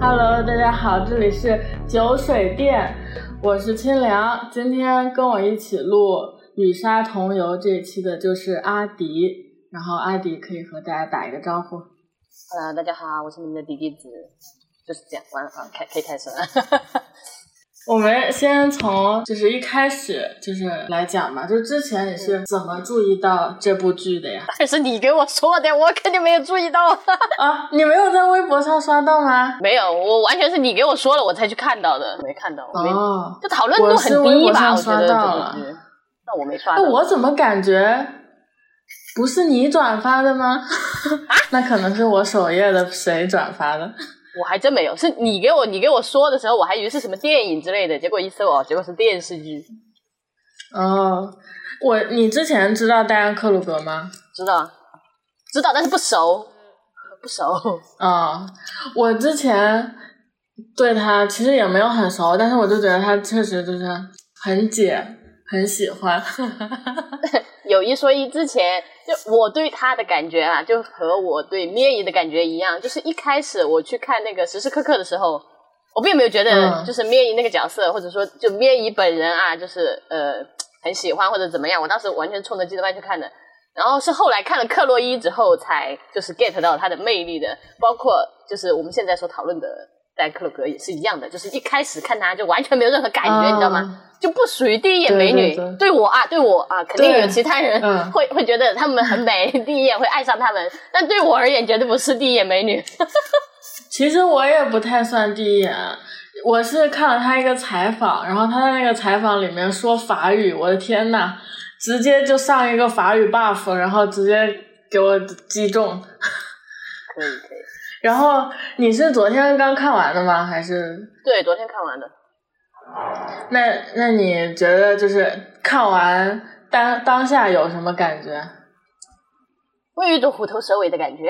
Hello， 大家好，这里是酒水店，我是清凉。今天跟我一起录《与沙同游》这一期的就是阿迪，然后阿迪可以和大家打一个招呼。 大家好，我是你们的迪迪子，就是这样，完了啊，可以开始了。 我们先从就是一开始就是来讲吧，就之前你是怎么注意到这部剧的呀？ 但是你给我说的，我肯定没有注意到。 啊，你没有在微博上刷到吗？ 没有，我完全是你给我说了我才去看到的，没看到。 哦， 就讨论度很低吧，我觉得这部剧。那我没刷到。 我怎么感觉不是你转发的吗？那可能是我首页的谁转发的。 我还真没有，是你给我说的时候，我还以为是什么电影之类的，结果一搜结果是电视剧。 哦，你之前知道戴安·克鲁格吗？ 知道，但是不熟。 我之前对他其实也没有很熟，但是我就觉得他确实就是很解，很喜欢。 有一说一，之前就我对他的感觉啊，就和我对咩姨的感觉一样，就是一开始我去看那个时时刻刻的时候，我并没有觉得就是咩姨那个角色，或者说就咩姨本人啊，就是很喜欢或者怎么样，我当时完全冲着基德曼去看的。然后是后来看了克洛伊之后，才就是 get 到他的魅力的，包括就是我们现在所讨论的戴克鲁格也是一样的，就是一开始看他就完全没有任何感觉，你知道吗？就不属于第一眼美女。对我啊，肯定有其他人会觉得他们很美，第一眼会爱上他们，但对我而言绝对不是第一眼美女。 其实我也不太算第一眼，我是看了他一个采访，然后他在那个采访里面说法语，我的天呐，直接就上一个法语 buff， 然后直接给我击中。 可以。 然后你是昨天刚看完的吗？还是？ 对，昨天看完的。 那你觉得就是看完当下有什么感觉？ 我有一种虎头蛇尾的感觉。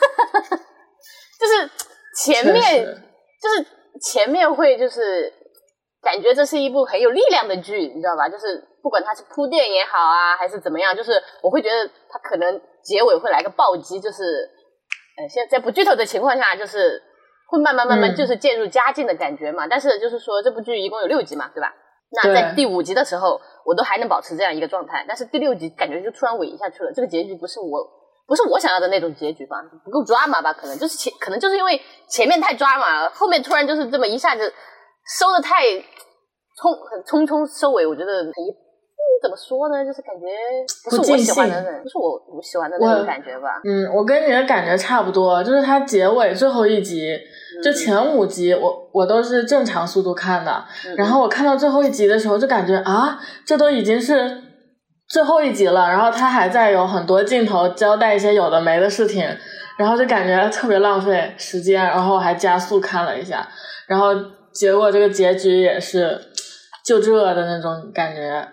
就是前面会就是感觉这是一部很有力量的剧，你知道吧？就是不管它是铺垫也好啊，还是怎么样，就是我会觉得它可能结尾会来个暴击，就是现在不剧透的情况下，就是会慢慢就是渐入佳境的感觉嘛。但是就是说这部剧一共有6集嘛，对吧？那在第5集的时候，我都还能保持这样一个状态，但是第6集感觉就突然萎下去了。这个结局不是我想要的那种结局吧，不够抓马吧？可能就是因为前面太抓马了，后面突然就是这么一下子收的太匆匆收尾，我觉得怎么说呢？就是感觉不是我喜欢的不是我喜欢的那种感觉吧。 我跟你的感觉差不多，就是它结尾最后一集，就前5集我都是正常速度看的，然后我看到最后一集的时候就感觉这都已经是最后一集了，然后他还在有很多镜头交代一些有的没的事情，然后就感觉特别浪费时间，然后还加速看了一下，然后结果这个结局也是就这的那种感觉。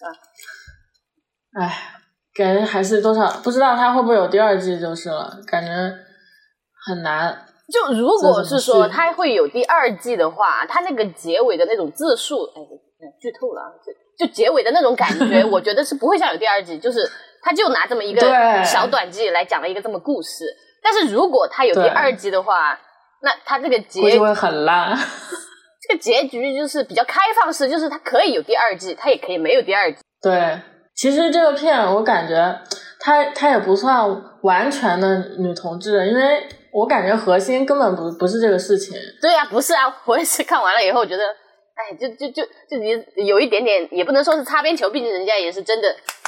感觉还是多少不知道他会不会有第2季就是了，感觉很难。 就如果是说他会有第2季的话，他那个结尾的那种字数，剧透了，就结尾的那种感觉，我觉得是不会像有第2季，就是他就拿这么一个小短剧来讲了一个这么故事。但是如果他有第2季的话，那他这个结局会很烂。 这个结局就是比较开放式，就是他可以有第2季，他也可以没有第2季。 对，其实这个片我感觉它也不算完全的女同志，因为我感觉核心根本不是这个事情。 对啊，不是啊，我也是看完了以后觉得就你有一点点，也不能说是擦边球，毕竟人家也是真的。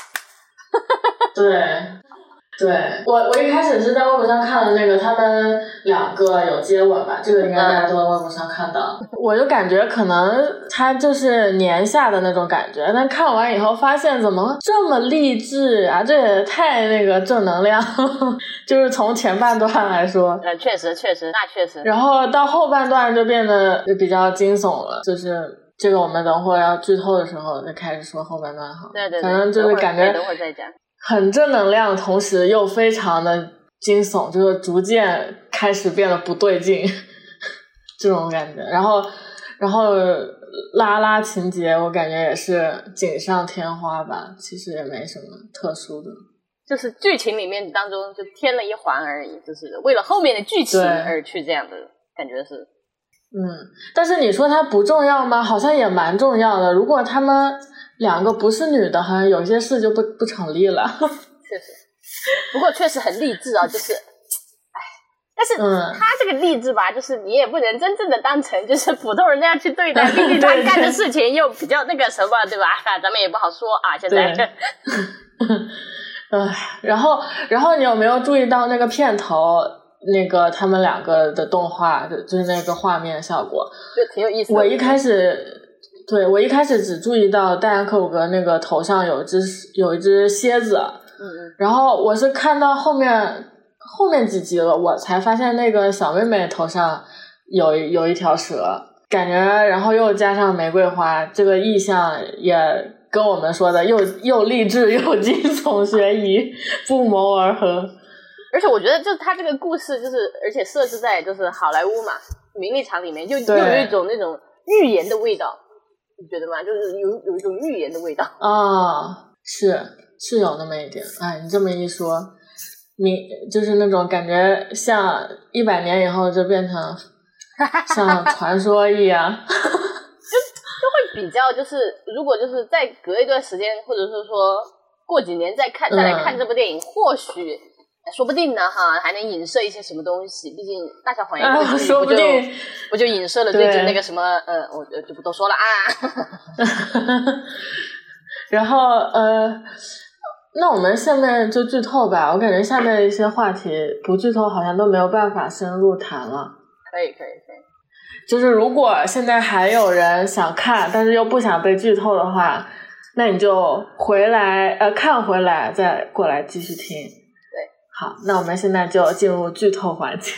对，我一开始是在微博上看了那个他们2个有接吻吧，这个应该大家都在微博上看到。我就感觉可能他就是年下的那种感觉，但看完以后发现怎么这么励志啊，这也太那个正能量。就是从前半段来说， 确实，那确实。 然后到后半段就变得比较惊悚了，就是这个我们等会儿要剧透的时候就开始说后半段好。 对， 反正就是感觉等会儿再讲。很正能量，同时又非常的惊悚，就是逐渐开始变得不对劲这种感觉。然后拉情节我感觉也是锦上添花吧，其实也没什么特殊的， 就是剧情里面当中就添了一环而已，就是为了后面的剧情而去这样的感觉是。 但是你说它不重要吗？好像也蛮重要的。如果他们两个不是女的，好像有些事就不成立了。 确实，不过确实很励志啊，就是，但是他这个励志吧，就是你也不能真正的当成就是普通人那样去对待，毕竟他干的事情又比较那个什么，对吧？咱们也不好说啊，现在。 然后你有没有注意到那个片头那个他们两个的动画，就是那个画面效果， 就挺有意思的。 我一开始只注意到戴安·克鲁格那个头上有一只蝎子，然后我是看到后面几集了，我才发现那个小妹妹头上有一条蛇，感觉，然后又加上玫瑰花，这个意象也跟我们说的又励志又惊悚悬疑不谋而合。 而且我觉得就是他这个故事就是而且设置在就是好莱坞嘛名利场里面，就有一种那种寓言的味道，你觉得吗？就是有一种寓言的味道啊，是有那么一点。哎，你这么一说，就是那种感觉像100年以后就变成像传说一样。 就会比较就是如果就是再隔一段时间，或者是说过几年再来看这部电影，或许说不定呢哈，还能影射一些什么东西。毕竟大小谎言不就影射了最近那个什么我就不多说了啊。 然后那我们下面就剧透吧，我感觉下面一些话题不剧透好像都没有办法深入谈了。 可以。 就是如果现在还有人想看，但是又不想被剧透的话，那你就回来看回来再过来继续听。 对， 好，那我们现在就进入剧透环节。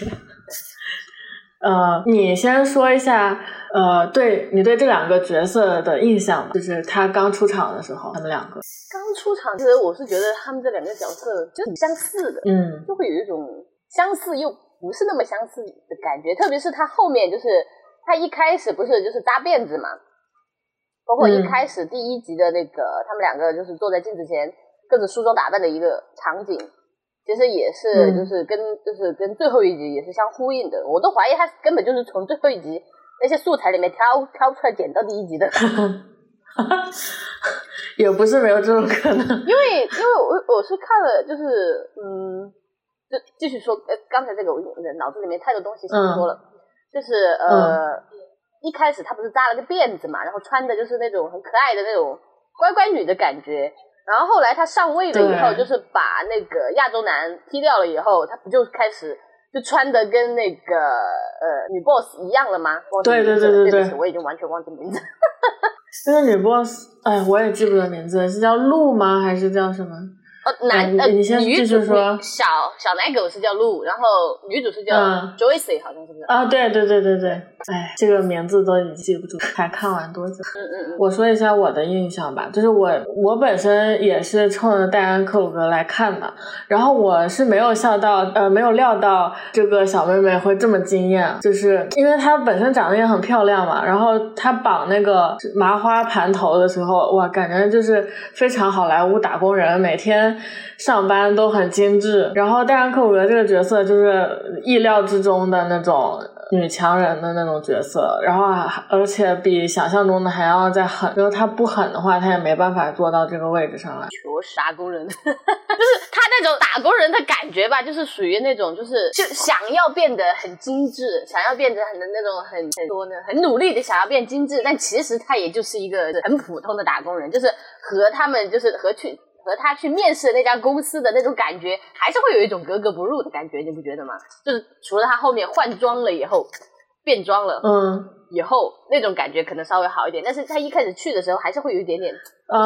你先说一下你对这两个角色的印象吧，就是他刚出场的时候，他们两个刚出场，其实我是觉得他们这两个角色就挺相似的，就会有一种相似又不是那么相似的感觉。特别是他后面就是他一开始不是就是扎辫子嘛，包括一开始第1集的那个他们两个就是坐在镜子前各自梳妆打扮的一个场景，其实也是就是跟最后一集也是相呼应的。我都怀疑他根本就是从最后一集那些素材里面挑出来剪到第1集的。 也不是没有这种可能。 因为我是看了就是就继续说刚才这个我脑子里面太多东西想说了。就是一开始他不是扎了个辫子嘛，然后穿的就是那种很可爱的那种乖乖女的感觉，然后后来他上位了以后，就是把那个亚洲男踢掉了以后，他不就开始就穿的跟那个女 boss 一样了吗？ 对， 我已经完全忘记名字。 那个女 boss 我也记不得名字，是叫鹿吗还是叫什么？你先继续说。 小奶狗是叫鹿，然后女主是叫 Joyce， 好像是不是？ 啊，对。这个名字都已经记不住，才看完多久？我说一下我的印象吧，就是我本身也是冲着戴安·克鲁格来看的，然后我是没有料到这个小妹妹会这么惊艳，就是因为她本身长得也很漂亮嘛，然后她绑那个麻花盘头的时候，哇，感觉就是非常好莱坞打工人，每天上班都很精致。然后戴安·克鲁格这个角色就是意料之中的那种女强人的那种角色，然后而且比想象中的还要再狠，如果他不狠的话他也没办法做到这个位置上来。 打工人就是他那种打工人的感觉吧，就是属于那种就想要变得很精致，想要变得那种很努力的想要变精致，但其实他也就是一个很普通的打工人，就是和他们就是和他去面试那家公司的那种感觉还是会有一种格格不入的感觉，你不觉得吗？就是除了他后面换装了以后变装了以后那种感觉可能稍微好一点，但是他一开始去的时候还是会有一点点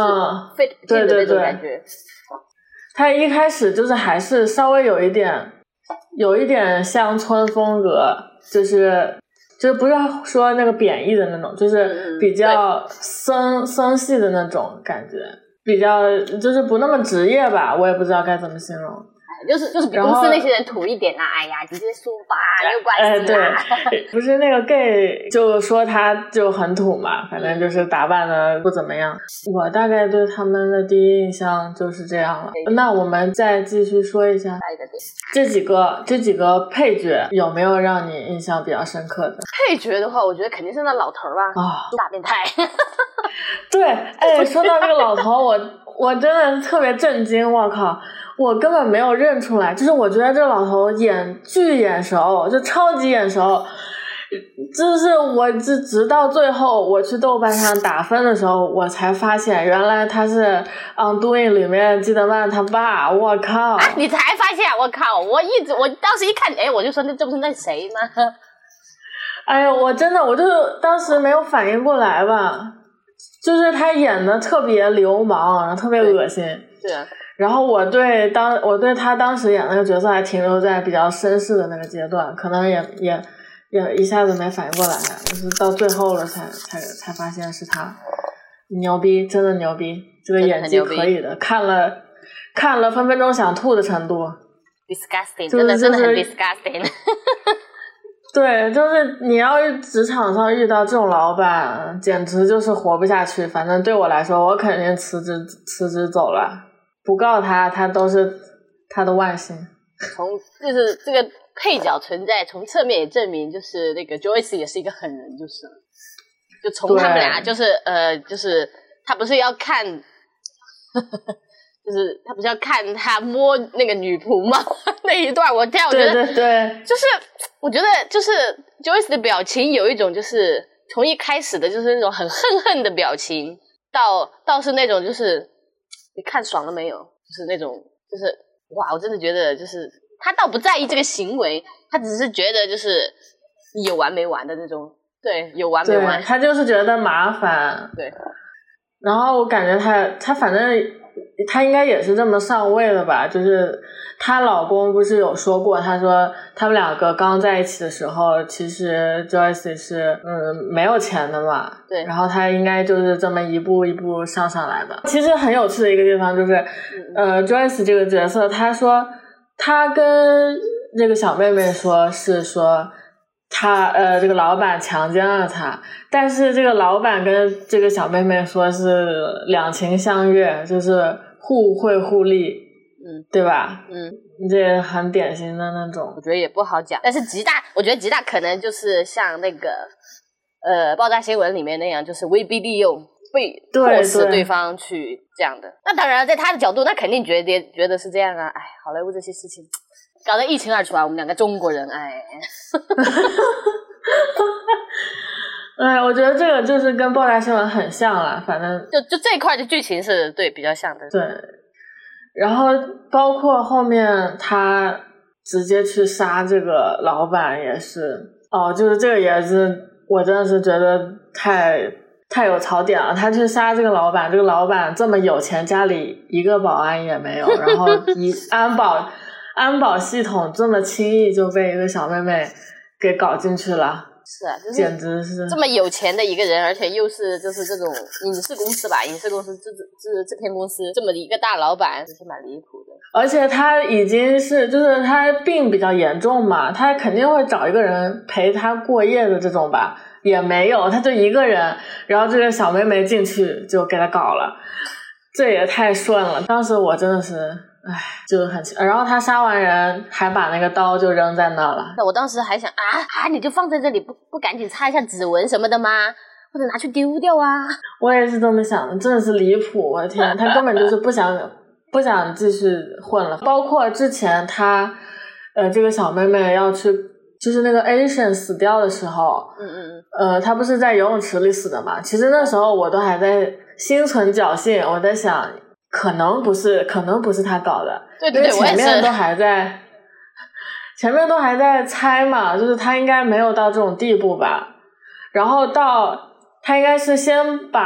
fit 不进的那种感觉。 他一开始就是还是稍微有一点乡村风格，就是不是说那个贬义的那种，就是比较森系的那种感觉，比较就是不那么职业吧，我也不知道该怎么形容。 就是比公司那些人土一点啦。哎呀，直接说吧，没有关系啦。 对，不是那个 gay 就说他就很土嘛，反正就是打扮的不怎么样。我大概对他们的第一印象就是这样了。那我们再继续说一下这几个配角有没有让你印象比较深刻的？ 配角的话，我觉得肯定是那老头吧，大变态。 对，哎，说到这个老头，我真的特别震惊，我靠！我根本没有认出来，就是我觉得这老头巨眼熟，就超级眼熟。就是我直到最后我去豆瓣上打分的时候，我才发现原来他是《Undoing》里面基德曼他爸。我靠！ 啊，你才发现？我靠！我当时一看，哎，我就说这不是那谁吗？ 哎呀，我就当时没有反应过来吧，就是他演的特别流氓，特别恶心。 对啊。 然后我对他当时演那个角色还停留在比较绅士的那个阶段，可能也一下子没反应过来，就是到最后了才发现是他。牛逼，真的牛逼，这个演技可以的，看了分分钟想吐的程度。 disgusting， 真的很 disgusting。 对，就是你要职场上遇到这种老板，简直就是活不下去。反正对我来说，我肯定辞职走了。不告他都是他的万幸。 就是这个配角存在，从侧面也证明，就是那个 Joyce 也是一个狠人，就从他们俩就是他不是要看，就是他不是要看他摸那个女仆吗？那一段我觉得对， 就是我觉得就是 Joyce 的表情有一种就是从一开始的就是那种很恨的表情，到是那种就是你看爽了没有？就是那种就是哇，我真的觉得就是他倒不在意这个行为，他只是觉得就是有完没完的那种。对，有完没完， 他就是觉得麻烦。 对， 然后我感觉他反正他应该也是这么上位的吧，就是她老公不是有说过，他说他们两个刚在一起的时候，其实 Joyce 是没有钱的嘛， 对， 然后他应该就是这么一步一步上来的。其实很有趣的一个地方就是Joyce 这个角色，他说他跟这个小妹妹说是说他这个老板强奸了他，但是这个老板跟这个小妹妹说是两情相悦，就是互惠互利，对吧？这很典型的那种。 我觉得也不好讲，但是我觉得极大可能就是像那个爆炸新闻里面那样，就是威逼利诱，被迫使对方去这样的。那当然，在他的角度，那肯定觉得是这样啊。哎，好莱坞这些事情搞得一清二楚啊，我们两个中国人，哎。 我觉得这个就是跟爆炸新闻很像啦，反正就这一块的剧情是对比较像的。 对，然后包括后面他直接去杀这个老板也是，就是这个也是我真的是觉得太有槽点了。他去杀这个老板，这个老板这么有钱，家里一个保安也没有，然后安保系统这么轻易就被一个小妹妹给搞进去了。 是啊，就是简直是这么有钱的一个人，而且又是就是这种影视公司制片公司这么一个大老板，真是蛮离谱的。 而且他已经是就是他病比较严重嘛，他肯定会找一个人陪他过夜的这种吧，也没有，他就一个人，然后这个小妹妹进去就给他搞了，这也太顺了。当时我真的是就很奇怪，然后他杀完人还把那个刀就扔在那了。 那我当时还想你就放在这里，不赶紧擦一下指纹什么的吗？或者拿去丢掉啊？ 我也是这么想的，真的是离谱！我的天，他根本就是不想继续混了。包括之前他这个小妹妹要去，就是那个 Asian 死掉的时候，他不是在游泳池里死的嘛？其实那时候我都还在心存侥幸，我在想。可能不是他搞的， 对， 因为前面都还在猜嘛，就是他应该没有到这种地步吧。然后他应该是先把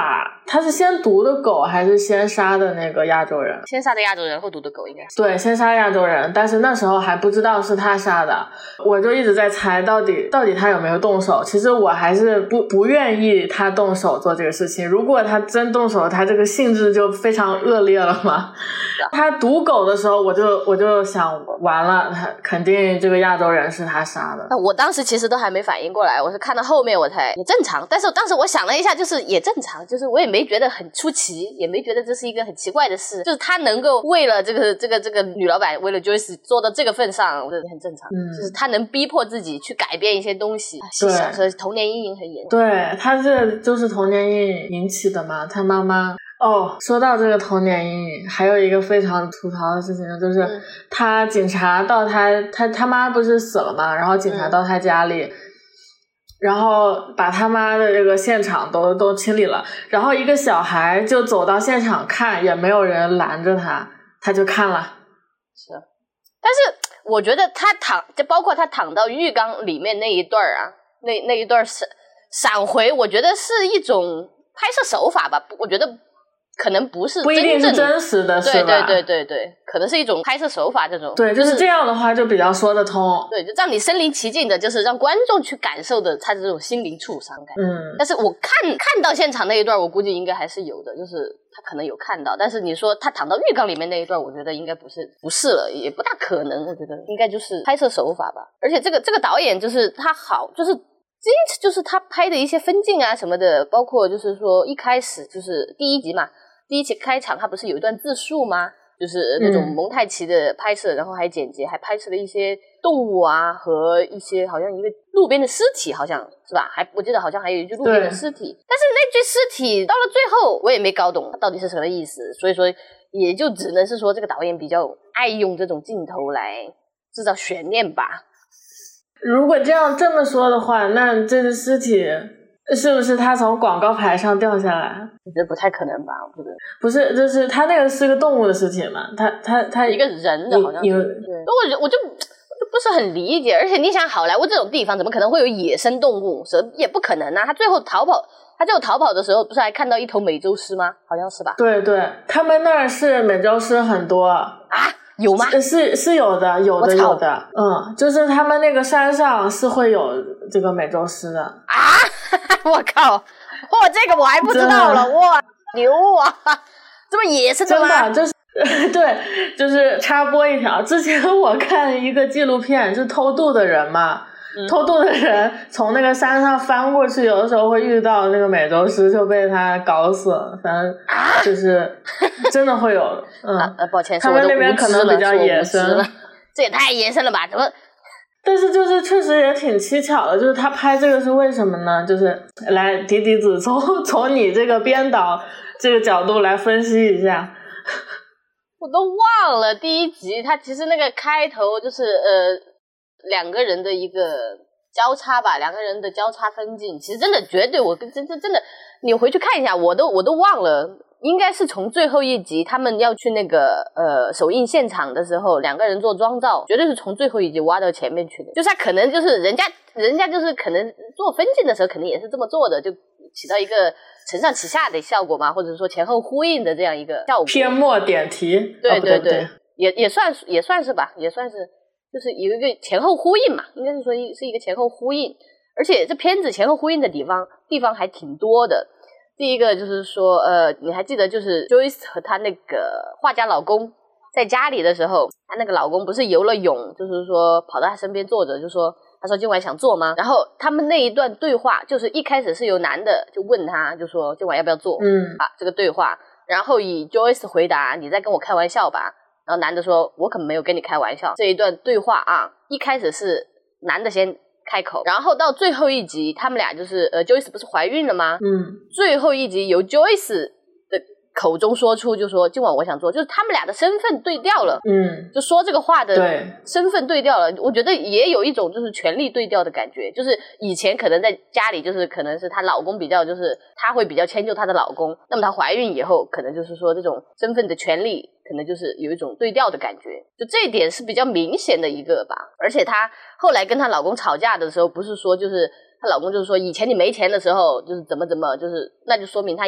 他是先毒的狗还是先杀的那个亚洲人？ 先杀的亚洲人后毒的狗应该是。 对，先杀亚洲人，但是那时候还不知道是他杀的，我就一直在猜到底他有没有动手。其实我还是不愿意他动手做这个事情，如果他真动手，他这个性质就非常恶劣了嘛。他毒狗的时候，我就想完了，他肯定这个亚洲人是他杀的。 我当时其实都还没反应过来，我是看到后面我才也正常，但是当时我想了一下，就是也正常，就是我也没觉得很出奇，也没觉得这是一个很奇怪的事，就是他能够为了这个女老板，为了 Joyce 做到这个份上，我觉得很正常。就是他能逼迫自己去改变一些东西，小时候童年阴影很严重。 对，他这就是童年阴影引起的嘛，他妈妈。说到这个童年阴影，还有一个非常吐槽的事情，就是他警察到他妈不是死了嘛，然后警察到他家里，然后把他妈的这个现场都清理了，然后一个小孩就走到现场看，也没有人拦着他就看了。 是，但是我觉得就包括他躺到浴缸里面那一段啊，那一段闪回，我觉得是一种拍摄手法吧，我觉得可能不是不一定是真实的，是吧？ 对，可能是一种拍摄手法这种。 对，就是这样的话就比较说得通。 对，就让你身临其境的，就是让观众去感受的他的这种心灵触伤感。但是我看到现场那一段，我估计应该还是有的，就是他可能有看到，但是你说他躺到浴缸里面那一段，我觉得应该不是了，也不大可能，我觉得应该就是拍摄手法吧。而且这个导演就是他好，就是他拍的一些分镜啊什么的，包括就是说一开始就是第一集嘛。第一期开场他不是有一段自述吗？就是那种蒙太奇的拍摄，然后还剪辑，还拍摄了一些动物啊和一些好像一个路边的尸体，好像是吧？我记得好像还有一具路边的尸体，但是那具尸体到了最后我也没搞懂它到底是什么意思，所以说也就只能是说这个导演比较爱用这种镜头来制造悬念吧。 如果这么说的话，那这个尸体是不是他从广告牌上掉下来？ 我觉得不太可能吧，我觉得不是，就是他那个是个动物的尸体嘛，他一个人的好像是，对，我就不是很理解，而且你想好莱坞这种地方怎么可能会有野生动物？也不可能啊！他最后逃跑的时候，不是还看到一头美洲狮吗？好像是吧？ 对，他们那儿是美洲狮很多啊。 有吗？ 是有的，有的。就是他们那个山上是会有这个美洲狮的啊！我靠！这个我还不知道了，哇，牛啊！这么野生的吗？ 真的就是对，就是插播一条。之前我看一个纪录片，是偷渡的人嘛。偷渡的人从那个山上翻过去，有的时候会遇到那个美洲狮，就被他搞死了。反正就是真的会有。 抱歉， 他们那边可能比较野生， 这也太野生了吧？怎么？ 但是就是确实也挺蹊跷的，就是他拍这个是为什么呢？就是来迪子从你这个编导这个角度来分析一下。 我都忘了第一集，他其实那个开头就是两个人的一个交叉吧，两个人的交叉分镜，其实真的绝对，我真的，你回去看一下，我都忘了，应该是从最后一集他们要去那个首映现场的时候，两个人做妆造，绝对是从最后一集挖到前面去的，就是他可能就是人家就是可能做分镜的时候肯定也是这么做的，就起到一个承上启下的效果嘛，或者说前后呼应的这样一个效果， 篇末点题， 对，也算是吧，也算是。就是有一个前后呼应嘛，应该是说是一个前后呼应，而且这片子前后呼应的地方还挺多的。第一个就是说，你还记得就是 Joyce 和她那个画家老公在家里的时候，她那个老公不是游了泳，就是说跑到她身边坐着，就说他说今晚想做吗？然后他们那一段对话，就是一开始是由男的就问他，就说今晚要不要做？这个对话，然后以 Joyce 回答你在跟我开玩笑吧。然后男的说我可没有跟你开玩笑。这一段对话啊，一开始是男的先开口，然后到最后一集他们俩就是Joyce 不是怀孕了吗？最后一集由 Joyce 的口中说出，就说今晚我想做，就是他们俩的身份对调了。就说这个话的身份对调了，我觉得也有一种就是权力对调的感觉，就是以前可能在家里就是可能是她老公比较就是她会比较迁就她的老公，那么她怀孕以后可能就是说这种身份的权利可能就是有一种对调的感觉，就这一点是比较明显的一个吧。而且她后来跟她老公吵架的时候，不是说就是她老公就是说以前你没钱的时候就是怎么就是那就说明她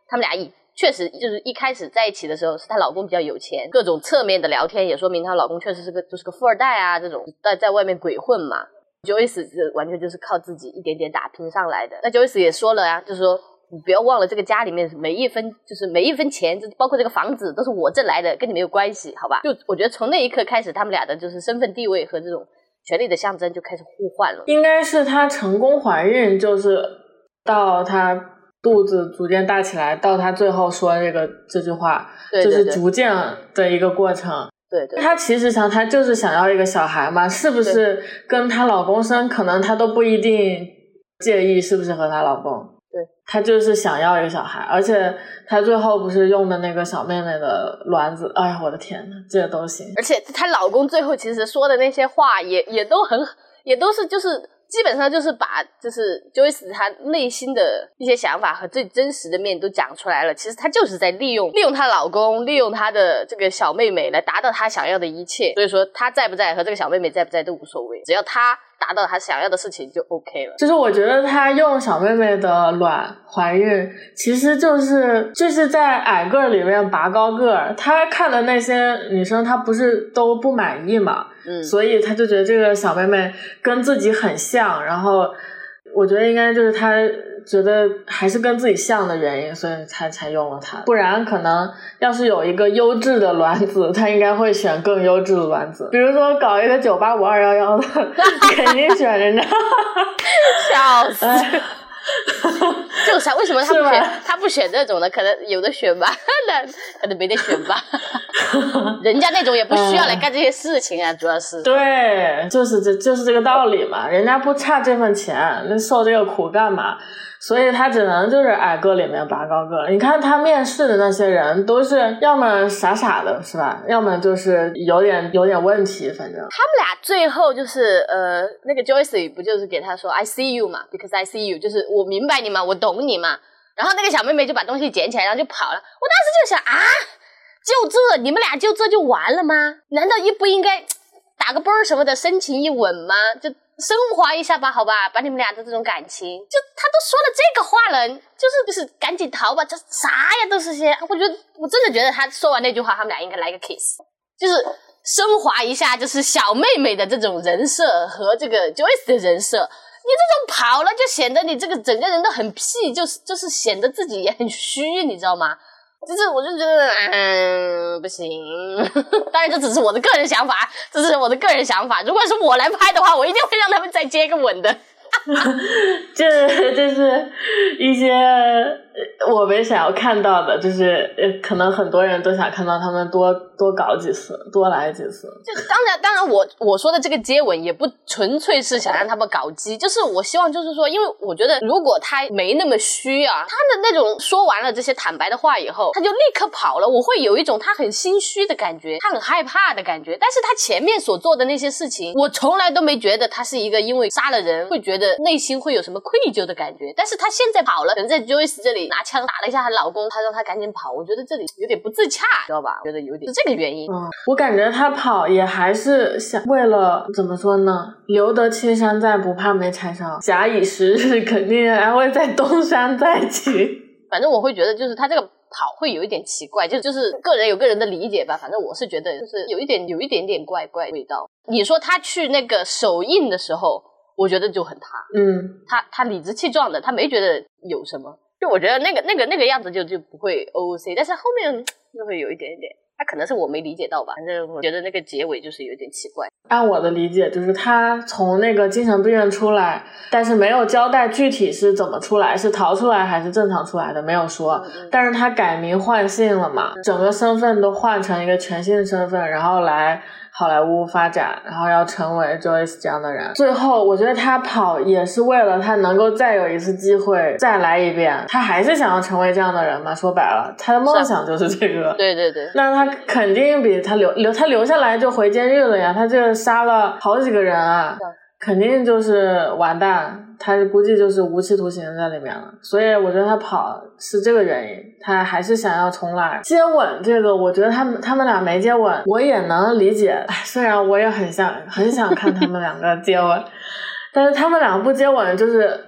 他们俩确实就是一开始在一起的时候是她老公比较有钱，各种侧面的聊天也说明她老公确实就是个富二代啊，这种在外面鬼混嘛。Joyce 完全就是靠自己一点点打拼上来的。那 Joyce 也说了呀，就是说你不要忘了这个家里面每一分钱，包括这个房子都是我挣来的，跟你没有关系，好吧？就我觉得从那一刻开始，他们俩的就是身份地位和这种权力的象征就开始互换了。 应该是她成功怀孕，就是到她肚子逐渐大起来，到她最后说这句话， 对对对， 就是逐渐的一个过程。 对对， 她其实她就是想要一个小孩嘛，是不是跟她老公生，可能她都不一定介意是不是和她老公。 对， 她就是想要一个小孩，而且她最后不是用的那个小妹妹的卵子，哎呀，我的天哪，这都行。 而且她老公最后其实说的那些话也都是就是基本上就是把就是 Joyce 她内心的一些想法和最真实的面都讲出来了。其实她就是在利用她老公，利用她的这个小妹妹来达到她想要的一切。所以说她在不在和这个小妹妹在不在都无所谓，只要她达到她想要的事情就 OK 了。 就是我觉得她用小妹妹的卵怀孕，其实就是在矮个儿里面拔高个儿。她看的那些女生，她不是都不满意嘛，所以她就觉得这个小妹妹跟自己很像，然后我觉得应该就是她觉得还是跟自己像的原因，所以才用了它。不然可能要是有一个优质的卵子，她应该会选更优质的卵子，比如说搞一个985-211的肯定选人家笑死就是为什么他不选这种的？可能有的选吧，那可能没得选吧。人家那种也不需要来干这些事情啊，主要是对，就是这个道理嘛。人家不差这份钱，那受这个苦干嘛？所以他只能就是矮个里面拔高个。你看他面试的那些人，都是要么傻傻的，是吧？要么就是有点问题，反正。他们俩最后就是那个 Joyce 不就是给他说 I see you 嘛 ，because I see you， 就是我明白你嘛，我懂你嘛。然后那个小妹妹就把东西捡起来，然后就跑了。我当时就想啊，就这，你们俩就这就完了吗？难道不应该打个啵儿什么的，深情一吻吗？就升华一下吧，好吧，把你们俩的这种感情，就他都说了这个话了，就是赶紧逃吧，这啥呀都是些，我真的觉得他说完那句话，他们俩应该来个 kiss， 就是升华一下，就是小妹妹的这种人设和这个 Joyce 的人设。你这种跑了，就显得你这个整个人都很屁，就是显得自己也很虚，你知道吗？就是我就觉得不行。当然这只是我的个人想法，如果是我来拍的话，我一定会让他们再接个吻的。 这就是一些我们想要看到的，就是可能很多人都想看到他们多搞几次，多来几次。 就当然我说的这个接吻也不纯粹是想让他们搞基，就是我希望就是说，因为我觉得如果他没那么虚啊，他的那种说完了这些坦白的话以后，他就立刻跑了，我会有一种他很心虚的感觉，他很害怕的感觉。但是他前面所做的那些事情，我从来都没觉得他是一个因为杀了人会觉得内心会有什么愧疚的感觉。但是他现在跑了，可能在 Joyce 这里拿枪打了一下她老公，他让他赶紧跑，我觉得这里有点不自洽，知道吧？我觉得有点是这个原因。 我感觉他跑也还是想为了怎么说呢？留得青山在，不怕没柴烧。假以时日，肯定还会在东山再起。 反正我会觉得，就是他这个跑会有一点奇怪，就是个人有个人的理解吧。反正我是觉得，就是有一点点怪味道。你说他去那个首映的时候，我觉得就很他理直气壮的，他没觉得有什么。就我觉得那个样子就不会 OOC， 但是后面就会有一点点。他可能是我没理解到吧，反正我觉得那个结尾就是有点奇怪。 按我的理解，就是他从那个精神病院出来，但是没有交代具体是怎么出来，是逃出来还是正常出来的，没有说。但是他改名换姓了嘛，整个身份都换成一个全新的身份，然后来好莱坞发展，然后要成为 Joyce 这样的人。最后我觉得他跑也是为了他能够再有一次机会再来一遍，他还是想要成为这样的人嘛，说白了他的梦想就是这个。 对对对， 那他肯定比他留下来就回监狱了呀，他这杀了好几个人啊，肯定就是完蛋，他估计就是无期徒刑在里面了。所以我觉得他跑是这个原因，他还是想要重来。接吻这个我觉得他们俩没接吻我也能理解，虽然我也很想看他们两个接吻但是他们俩不接吻就是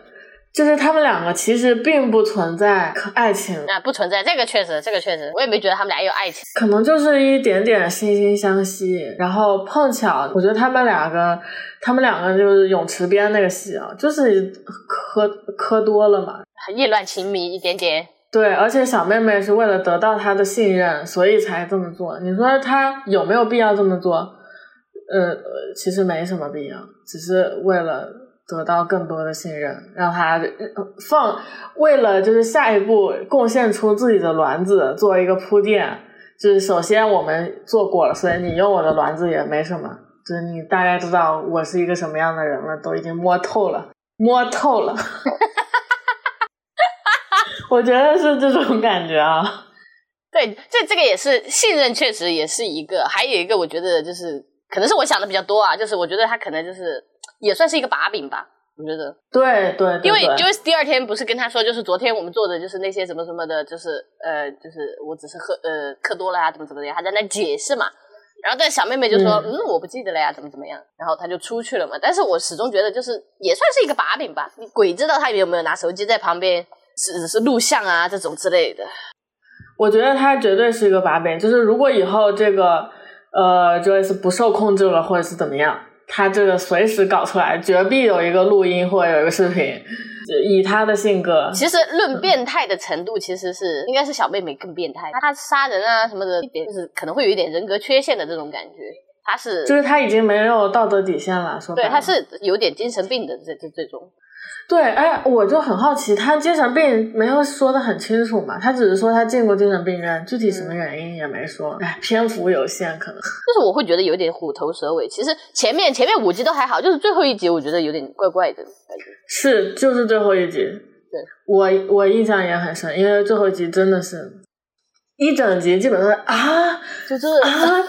就是他们两个其实并不存在爱情啊，不存在，这个确实，我也没觉得他们俩有爱情， 可能就是一点点惺惺相惜，然后碰巧，我觉得他们两个就是泳池边那个戏啊，就是磕多了嘛， 意乱情迷一点点。 对，而且小妹妹是为了得到他的信任，所以才这么做。你说他有没有必要这么做？其实没什么必要，只是为了得到更多的信任，让他为了就是下一步贡献出自己的卵子做一个铺垫，就是首先我们做过了，所以你用我的卵子也没什么，就是你大概知道我是一个什么样的人了，都已经摸透了我觉得是这种感觉啊。 对，这个也是信任，确实也是一个，还有一个我觉得就是可能是我想的比较多啊，就是我觉得他可能就是也算是一个把柄吧，我觉得。 对，因为第二天不是跟他说，就是昨天我们做的就是那些什么什么的，就是我只是喝多了啊，怎么的，他在那解释嘛。然后但小妹妹就说我不记得了呀，怎么样，然后他就出去了嘛。但是我始终觉得就是也算是一个把柄吧，你鬼知道他有没有拿手机在旁边是录像啊这种之类的。 我觉得他绝对是一个把柄，就是如果以后这个Joyce 不受控制了或者是怎么样，他这个随时搞出来，绝必有一个录音或者有一个视频，以他的性格。 其实论变态的程度，其实是应该是小妹妹更变态，他杀人啊什么的，一点就是可能会有一点人格缺陷的这种感觉。他是就是他已经没有道德底线了，说白了。 对，他是有点精神病的这种。 对，哎，我就很好奇，他精神病没有说得很清楚嘛，他只是说他进过精神病院，具体什么原因也没说。哎，篇幅有限，可能就是我会觉得有点虎头蛇尾。其实前面5集都还好，就是最后一集我觉得有点怪怪的感觉。 是，就是最后一集。对，我印象也很深，因为最后一集真的是一整集基本上就这样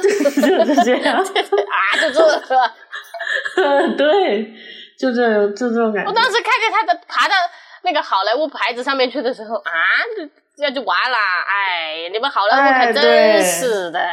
就这对。就这种感觉。 我当时看见他爬到那个好莱坞牌子上面去的时候这样就完了。哎，你们好莱坞可真是的，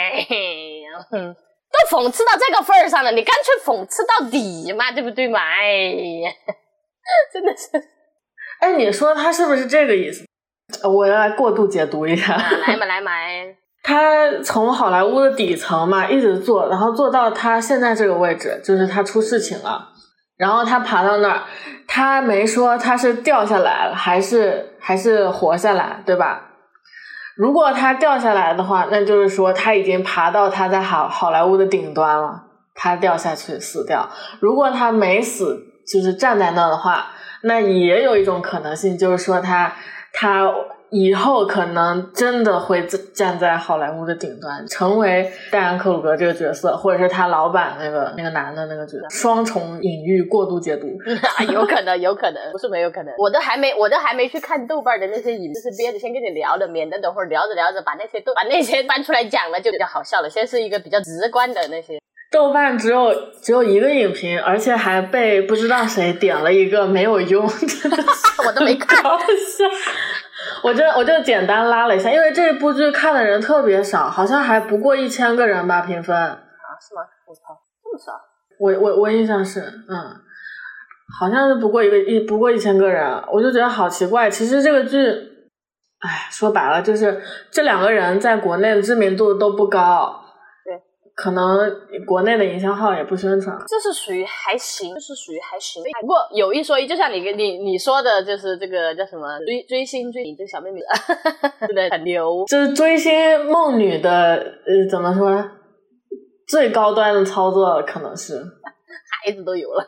都讽刺到这个份儿上了，你干脆讽刺到底嘛，对不对嘛？哎呀，真的是。 哎，你说他是不是这个意思？我要来过度解读一下。 来嘛。 他从好莱坞的底层嘛一直做，然后做到他现在这个位置，就是他出事情了。然后他爬到那儿，他没说他是掉下来了还是活下来，对吧？如果他掉下来的话，那就是说他已经爬到他在好莱坞的顶端了，他掉下去死掉。如果他没死，就是站在那的话，那也有一种可能性，就是说他以后可能真的会站在好莱坞的顶端，成为戴安·克鲁格这个角色，或者是他老板那个男的那个角色。双重隐喻，过度解读。 有可能，不是没有可能。我都还没去看豆瓣的那些影，就是憋着先跟你聊的，免得等会儿聊着把那些搬出来讲了就比较好笑了。先是一个比较直观的那些。 豆瓣只有一个影评，而且还被不知道谁点了一个没有用，真的是我都没看。 我就简单拉了一下，因为这部剧看的人特别少，好像还不过1000个人吧评分。 是吗？我操，这么少？ 我印象是，好像是不过1000个人，我就觉得好奇怪。其实这个剧，说白了就是这两个人在国内的知名度都不高。可能国内的营销号也不宣传， 这是属于还行。不过有一说一，就像你说的，就是这个叫什么追星你这个小妹妹，真的很牛。 这是追星梦女的怎么说最高端的操作，可能是孩子都有了。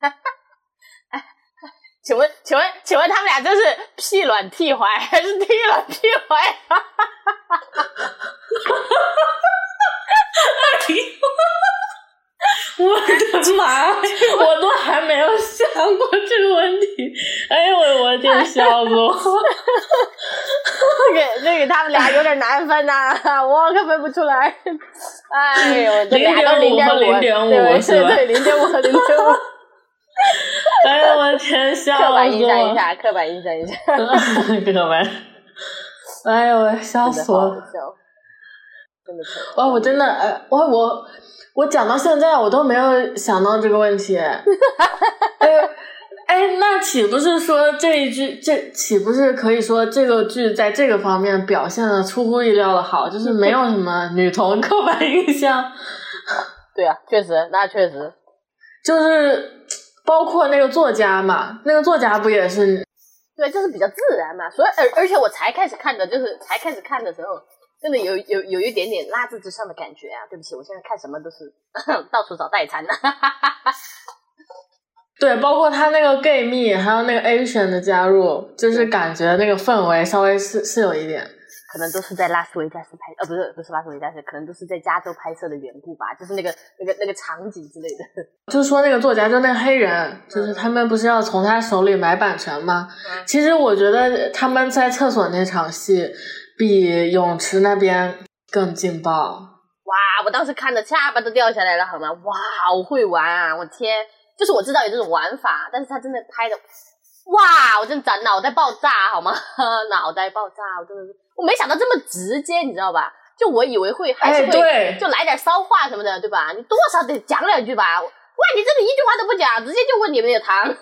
请问他们俩这是屁卵替怀还是替卵替怀？ 我的妈呀，我都还没有想过这个问题。哎呦我天，笑死我。 这个他们俩有点难分我可分不出来。哎呦，这俩都0.5是吧？对0.5。 哎呦我天，笑死我。刻板印象一下。 刻板。 哎呦，笑死我。哇，我真的我讲到现在我都没有想到这个问题。 哎，那岂不是说岂不是可以说这个剧在这个方面表现的出乎意料的好，就是没有什么女同刻板印象。 对啊，确实，那确实就是包括那个作家嘛，那个作家不也是？ 对，就是比较自然嘛。所以而且我才开始看的，就是才开始看的时候，真的有一点点拉字之上的感觉啊。对不起，我现在看什么都是到处找代餐的。 对，包括他那个 gay 蜜，还有那个 Asian 的加入，就是感觉那个氛围稍微是有一点， 可能都是在拉斯维加斯拍，不是拉斯维加斯，可能都是在加州拍摄的缘故吧，就是那个场景之类的。 就是说那个作家，就那个黑人，就是他们不是要从他手里买版权吗？其实我觉得他们在厕所那场戏比泳池那边更劲爆。 哇，我当时看的下巴都掉下来了，好吗？哇，好会玩啊！我天。就是我知道有这种玩法，但是他真的拍的，哇！我真的脑袋爆炸，好吗？脑袋爆炸，我真的是，我没想到这么直接，你知道吧？就我以为还是会，就来点骚话什么的，对吧？你多少得讲两句吧？哇，你这里一句话都不讲，直接就问你有没有糖。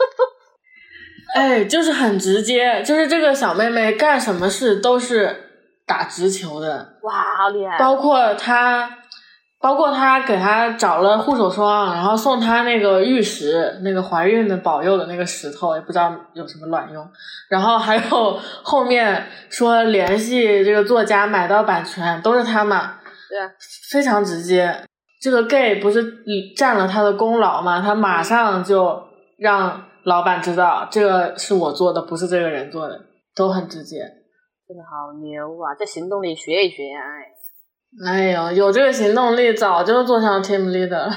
哎，就是很直接，就是这个小妹妹干什么事都是打直球的。 哇，好厉害！ 包括他给他找了护手霜，然后送他那个玉石，那个怀孕的保佑的那个石头，也不知道有什么卵用。然后还有后面说联系这个作家买到版权，都是他嘛。 对啊， 非常直接。这个 gay 不是占了他的功劳嘛，他马上就让老板知道这个是我做的，不是这个人做的，都很直接。 真的好牛啊！在行动力学一学啊！ 哎呦，有这个行动力早就做上 team leader 了。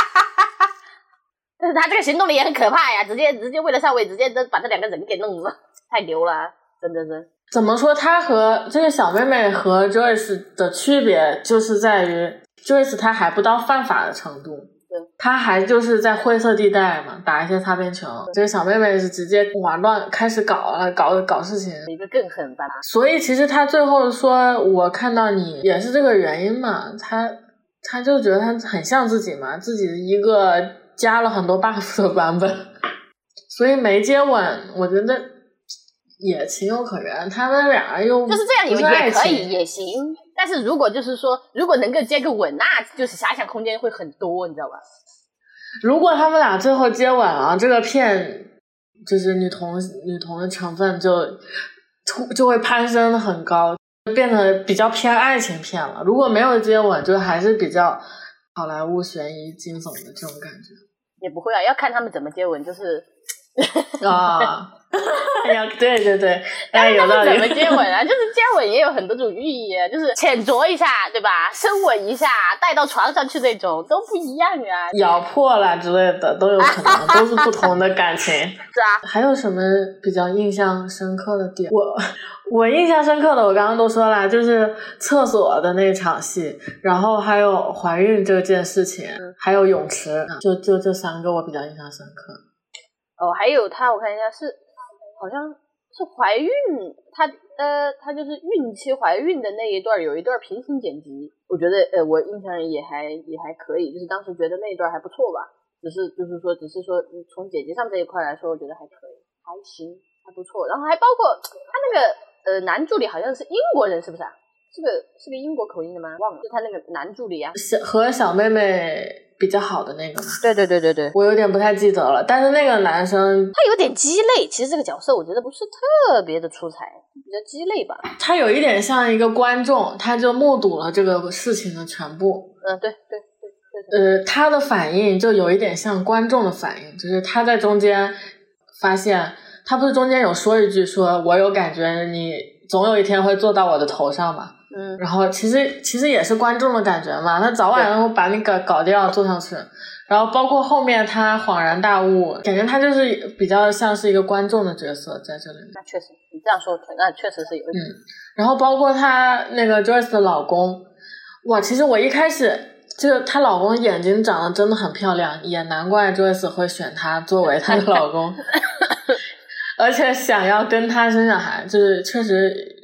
但是他这个行动力也很可怕呀，直接为了上位，直接都把这两个人给弄了，太牛了，真的是。 怎么说，他和这个小妹妹和 Joyce 的区别就是在于 Joyce 她还不到犯法的程度，她还就是在灰色地带嘛，打一些擦边球。这个小妹妹是直接开始搞事情， 一个更狠吧。 所以其实她最后说我看到你也是这个原因嘛，她就觉得她很像自己嘛，自己一个加了很多 buff 的版本，所以没接吻，我觉得也情有可原。他们俩又就是这样，也可以也行。但是如果就是说，如果能够接个吻，那就是遐想空间会很多，你知道吧？ 如果他们俩最后接吻了，这个片就是女同的成分就会攀升的很高，变得比较偏爱情片了。如果没有接吻，就还是比较好莱坞悬疑惊悚的这种感觉。 也不会啊，要看他们怎么接吻，就是啊。哎呀，对，哎，有道理。 怎么接吻啊？就是接吻也有很多种寓意啊，就是浅啄一下，对吧？深吻一下，带到床上去那种都不一样啊。 咬破了之类的都有可能，都是不同的感情。是啊。 还有什么比较印象深刻的点？我印象深刻的，我刚刚都说了，就是厕所的那场戏，然后还有怀孕这件事情，还有泳池，就这三个我比较印象深刻。 哦，还有我看一下好像是怀孕，她就是孕期怀孕的那一段，有一段平行剪辑，我觉得我印象也还可以，就是当时觉得那一段还不错吧，只是说从剪辑上这一块来说，我觉得还可以，还行，还不错。然后还包括他那个男助理好像是英国人，是不是啊？是个英国口音的吗？忘了，就他那个男助理啊， 和小妹妹比较好的那个嘛。 对， 我有点不太记得了，但是那个男生他有点鸡肋，其实这个角色我觉得不是特别的出彩，比较鸡肋吧。 他有一点像一个观众，他就目睹了这个事情的全部。 对。 他的反应就有一点像观众的反应，就是他在中间发现，他不是中间有说一句说我有感觉你总有一天会坐到我的头上嘛。然后其实也是观众的感觉嘛，他早晚会把你搞掉坐上去。然后包括后面他恍然大悟，感觉他就是比较像是一个观众的角色在这里。 那确实，你这样说，那确实是有一点。 然后包括他那个 Joyce 的老公，哇，其实我一开始她老公眼睛长得真的很漂亮，也难怪 Joyce 会选他作为她的老公，而且想要跟他生小孩，就是确实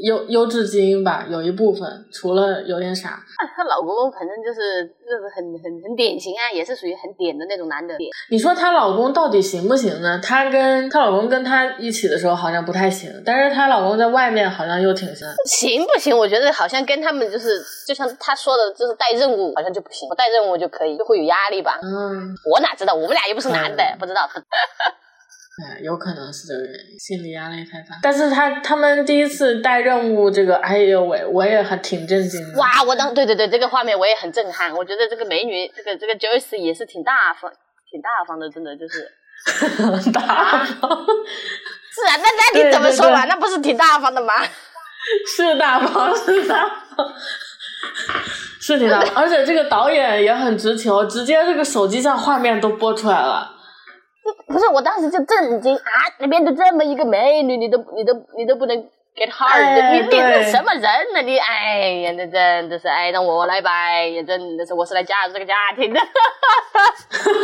优质基因吧，有一部分，除了有点傻。 她老公反正就是很典型啊，也是属于很点的那种男的。 你说她老公到底行不行呢？她老公跟她一起的时候好像不太行，但是她老公在外面好像又挺行。 行不行？我觉得好像跟他们就像他说的，就是带任务好像就不行，我带任务就可以，就会有压力吧。我哪知道，我们俩又不是男的，不知道。 有可能是这个原因，心理压力太大。但是他们第一次带任务，这个哎呦喂，我也很挺震惊的。 哇，对，这个画面我也很震撼。我觉得这个美女，这个 Joyce 也是挺大方的，真的就是大方。 是啊，那你怎么说吧？那不是挺大方的吗？ 是大方，是大方。是挺大方，而且这个导演也很直球，直接这个手机上画面都播出来了。 不是，我当时就震惊啊！那边就这么一个美女，你都不能 get hard，你是什么人呢？你哎呀，那真的是哎，让我来吧，也真的是我是来加入这个家庭的。真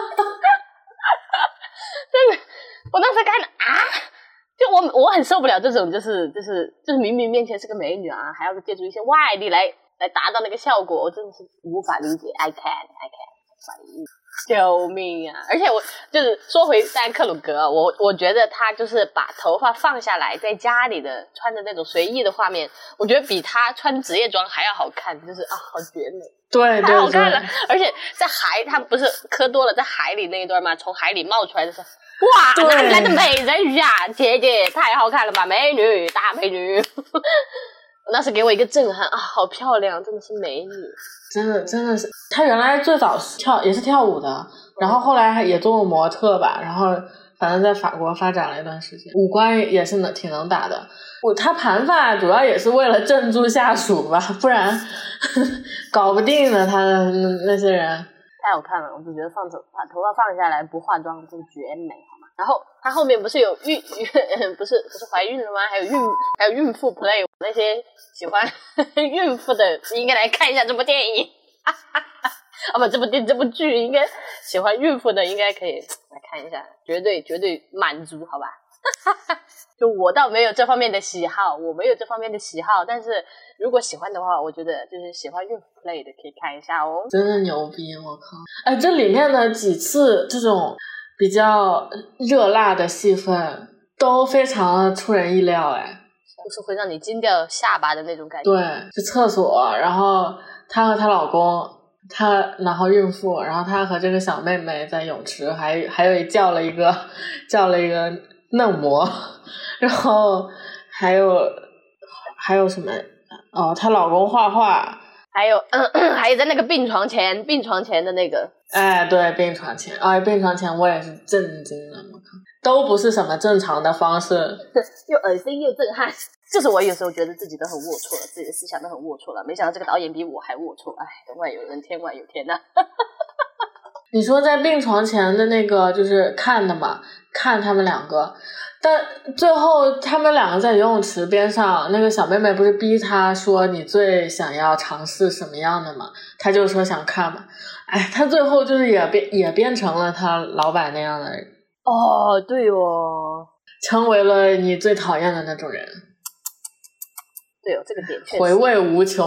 的，我当时看啊，就我很受不了这种，就是明明面前是个美女啊，还要借助一些外力来达到那个效果，我真的是无法理解。I can。救命啊！而且我就是说回戴克鲁格，我觉得他就是把头发放下来，在家里的穿的那种随意的画面，我觉得比他穿职业装还要好看，就是啊，好绝美， 对， 太好看了。而且在他不是磕多了在海里那一段吗？从海里冒出来的时候，哇，哪里来的美人鱼啊！姐姐太好看了吧，美女，大美女。那是给我一个震撼啊，好漂亮，真的是美女。 真的是，她原来最早也是跳舞的，然后后来也做过模特吧，然后反正在法国发展了一段时间，五官也是挺能打的。她盘发主要也是为了镇住下属吧，不然搞不定的，她的那些人。 太好看了，我就觉得把头发放下来不化妆真绝美，好吗？然后她后面不是有不是怀孕了吗？还有孕妇 play， 那些喜欢孕妇的应该来看一下这部电影。不，这部剧应该喜欢孕妇的应该可以来看一下，绝对满足，好吧？就我倒没有这方面的喜好，但是如果喜欢的话，我觉得就是喜欢孕妇 play 的可以看一下哦。 真的牛逼，我靠！哎，这里面的几次这种比较热辣的戏份都非常的出人意料，哎， 就是会让你惊掉下巴的那种感觉。 对，是厕所，然后她和她老公，然后孕妇，然后她和这个小妹妹在泳池，还有叫了一个嫩模，然后还有什么？哦，她老公画画， 还有在那个病床前的那个。 哎，对，病床前我也是震惊了，我靠，都不是什么正常的方式， 又恶心又震撼。就是我有时候觉得自己都很龌龊了，自己的思想都很龌龊了，没想到这个导演比我还龌龊。哎，人外有人，天外有天呐。 你说在病床前的那个就是看的嘛，看他们两个，但最后他们两个在游泳池边上，那个小妹妹不是逼他说你最想要尝试什么样的嘛，他就说想看嘛，哎，他最后就是也变成了他老板那样的人。 哦，对哦， 成为了你最讨厌的那种人。 对哦，这个点确实回味无穷，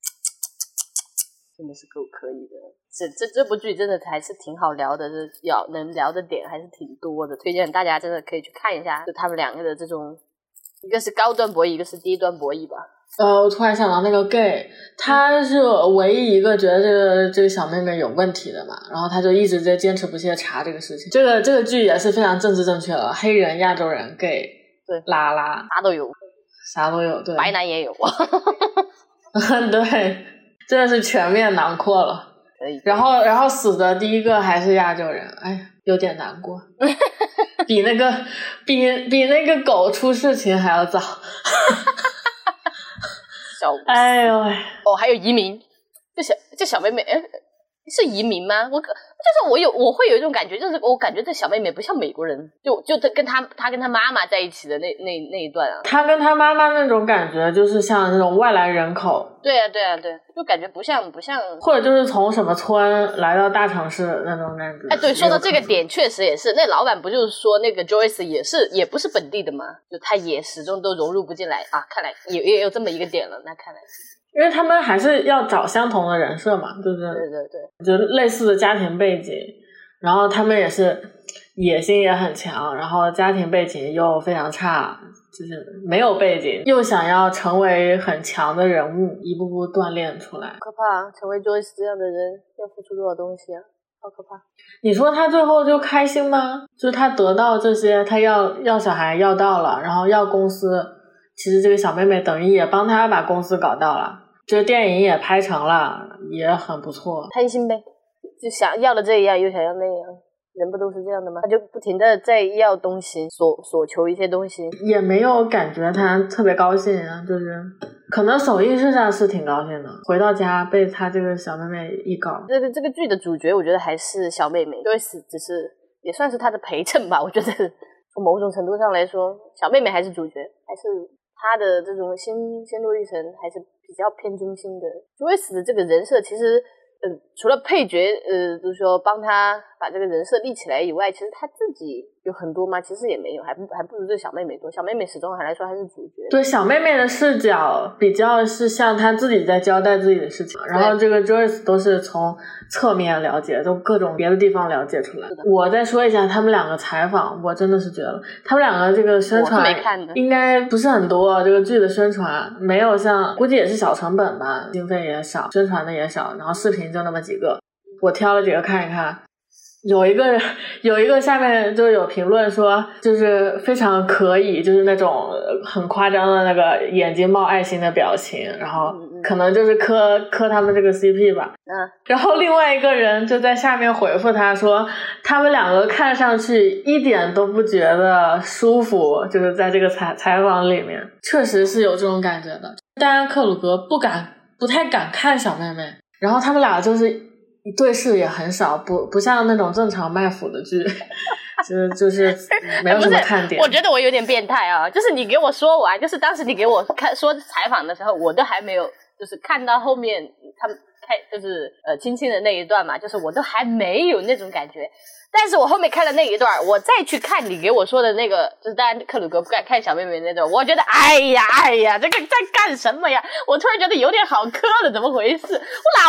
真的是够可以的。这部剧真的还是挺好聊的，能聊的点还是挺多的，推荐大家真的可以去看一下，就他们两个的这种，一个是高端博弈，一个是低端博弈吧。 我突然想到那个 gay， 他是唯一一个觉得这个小妹妹有问题的嘛，然后他就一直在坚持不懈查这个事情。这个剧也是非常政治正确的，黑人、亚洲人、gay， 对， 拉拉啥都有，对， 白男也有。 对，真的是全面囊括了。 可以。 然后死的第一个还是亚洲人，哎呀，有点难过。比那个狗出事情还要早。 哎呦喂！哦，还有移民，这小妹妹， 是移民吗？我会有一种感觉，就是我感觉这小妹妹不像美国人，就跟她跟她妈妈在一起的那一段啊。 她跟她妈妈那种感觉，就是像那种外来人口。 对啊，就感觉不像， 或者就是从什么村来到大城市那种感觉。 哎，对，说到这个点，确实也是，那老板不就是说那个 Joyce 也不是本地的吗？就他也始终都融入不进来啊。看来也有这么一个点了，那看来。 因为他们还是要找相同的人设嘛，对不对？ 对， 就类似的家庭背景，然后他们也是野心也很强，然后家庭背景又非常差，就是没有背景，又想要成为很强的人物，一步步锻炼出来。 可怕啊！成为 Joyce 这样的人要付出多少东西啊，好可怕。 你说他最后就开心吗？就是他得到这些，他要小孩要到了，然后要公司，其实这个小妹妹等于也帮他把公司搞到了，这个电影也拍成了，也很不错。 开心呗，就想要了这样又想要那样，人不都是这样的吗？他就不停的在要东西，所求一些东西， 也没有感觉他特别高兴啊，就是可能手艺事上是挺高兴的，回到家被他这个小妹妹一搞。 这个剧的主角我觉得还是小妹妹，Joyce只是也算是她的陪衬吧。我觉得从某种程度上来说，小妹妹还是主角，还是她的这种心路历程还是比较偏中心的。Joyce 的这个人设其实除了配角就是说帮他把这个人设立起来以外，其实他自己有很多吗？其实也没有，还不如这小妹妹多。小妹妹始终还来说还是主角。 对，小妹妹的视角比较是像她自己在交代自己的事情，然后这个 Joyce 都是从侧面了解，都各种别的地方了解出来。我再说一下他们两个采访，我真的是觉得他们两个这个宣传应该不是很多，这个剧的宣传没有像，估计也是小成本吧，经费也少，宣传的也少，然后视频就那么几个，我挑了几个看一看。有一个下面就有评论说，就是非常可以，就是那种很夸张的那个眼睛冒爱心的表情，然后可能就是磕他们这个 CP 吧。然后另外一个人就在下面回复他说，他们两个看上去一点都不觉得舒服，就是在这个采访里面，确实是有这种感觉的。当然克鲁格不太敢看小妹妹，然后他们俩就是对视也很少，不像那种正常卖腐的剧，就是没有什么看点。 我觉得我有点变态啊，就是你给我说完，就是当时你给我说采访的时候，我都还没有就是看到后面他们就是亲亲的那一段嘛，就是我都还没有那种感觉。但是我后面看了那一段，我再去看你给我说的那个，就是当然克鲁格不敢看小妹妹那段，我觉得哎呀，这个在干什么呀？我突然觉得有点好磕了，怎么回事？我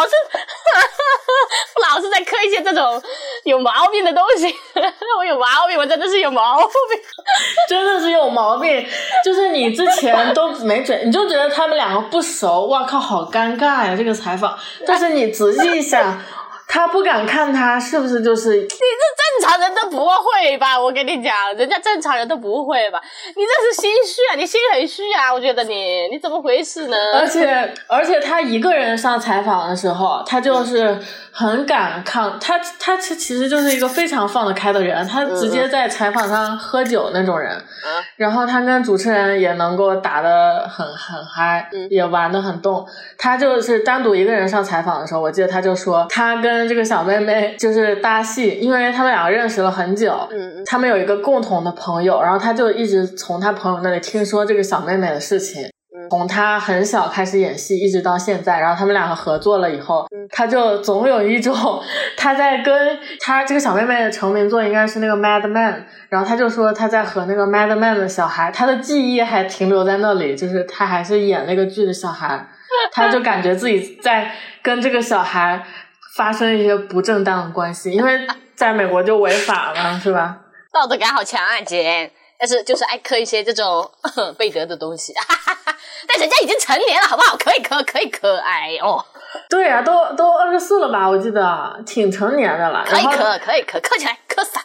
老是在磕一些这种有毛病的东西，我有毛病，我真的是有毛病， 真的是有毛病。就是你之前都没准，你就觉得他们两个不熟，哇靠，好尴尬呀这个采访。但是你仔细一想。他不敢看他，是不是就是你这正常人都不会吧？我跟你讲，人家正常人都不会吧？你这是心虚啊，你心很虚啊！我觉得你怎么回事呢？ 而且他一个人上采访的时候，他就是很敢抗，他其实就是一个非常放得开的人，他直接在采访上喝酒那种人，然后他跟主持人也能够打得很嗨，也玩得很动。他就是单独一个人上采访的时候，我记得他就说他跟这个小妹妹就是搭戏，因为他们两个认识了很久，他们有一个共同的朋友，然后他就一直从他朋友那里听说这个小妹妹的事情，从他很小开始演戏一直到现在，然后他们两个合作了以后，他就总有一种他在跟他这个小妹妹的成名作应该是那个 Mad Men， 然后他就说他在和那个 Mad Men 的小孩，他的记忆还停留在那里，就是他还是演那个剧的小孩，他就感觉自己在跟这个小孩发生一些不正当的关系，因为在美国就违法了，是吧？ 道德感好强啊，姐！但是就是爱磕一些这种贝德的东西，但人家已经成年了，好不好？可以磕，哎呦！ 对啊，都24了吧？我记得挺成年的了。 可以磕起来，磕死！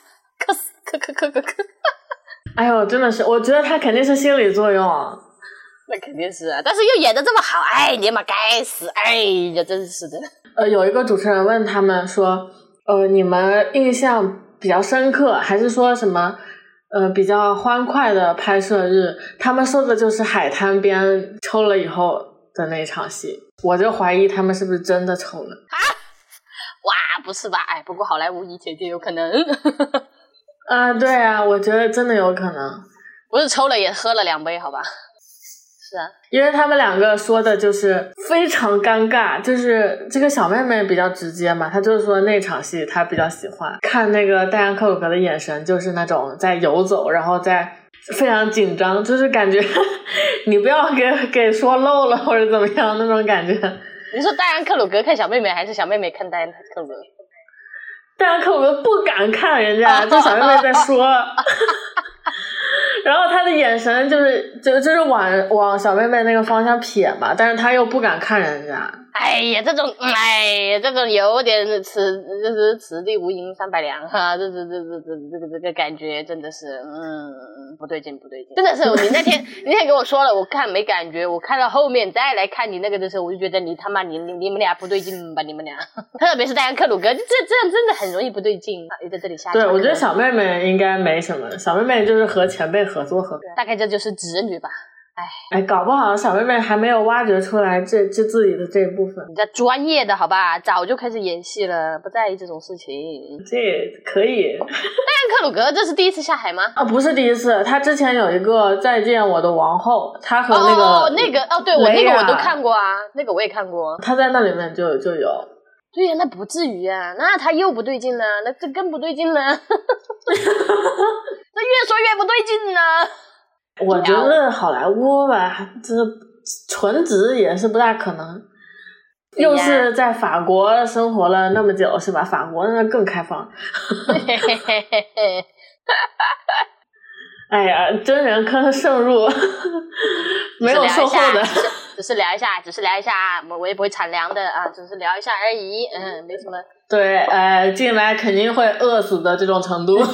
哎呦，真的是，我觉得他肯定是心理作用。 那肯定是啊，但是又演得这么好，哎，你妈该死！哎呀，真是的。 有一个主持人问他们说，你们印象比较深刻，还是说什么比较欢快的拍摄日？他们说的就是海滩边抽了以后的那一场戏。我就怀疑他们是不是真的抽了啊？ 哇，不是吧？哎，不过好莱坞一切皆有可能。 对啊，我觉得真的有可能。 不是抽了也喝了2杯，好吧？是啊， 因为他们两个说的就是非常尴尬，就是这个小妹妹比较直接嘛，她就是说那场戏她比较喜欢看那个戴安克鲁格的眼神，就是那种在游走，然后在非常紧张，就是感觉你不要给说漏了或者怎么样那种感觉。 你说戴安克鲁格看小妹妹，还是小妹妹看戴安克鲁格？ 戴安克鲁格不敢看人家，就小妹妹在说。然后他的眼神就是往小妹妹那个方向撇嘛，但是他又不敢看人家。 哎呀，这种有点就是此地无银三百两哈，这个感觉真的是不对劲，真的是你那天跟我说了，我看没感觉，我看到后面再来看你那个的时候，我就觉得你他妈你们俩不对劲吧，你们俩，特别是戴安克鲁格，这样真的很容易不对劲，又在这里瞎。 对，我觉得小妹妹应该没什么，小妹妹就是和前辈合作， 大概这就是直女吧。 哎，搞不好小妹妹还没有挖掘出来这自己的这一部分。 你这专业的好吧，早就开始演戏了，不在意这种事情。 这也可以。 戴安克鲁格这是第一次下海吗？ 不是第一次，他之前有一个《再见我的王后》，他和那个对，我那个我都看过啊，那个我也看过。 他在那里面就有。 对呀，那不至于啊，那他又不对劲了，那这更不对劲了。这越说越不对劲呢。 我觉得好莱坞吧，这纯直也是不大可能。又是在法国生活了那么久，是吧？法国那更开放。哎呀，真人坑渗入，没有售后的。 只是聊一下，我也不会产粮的啊，只是聊一下而已，没什么。 对，进来肯定会饿死的这种程度。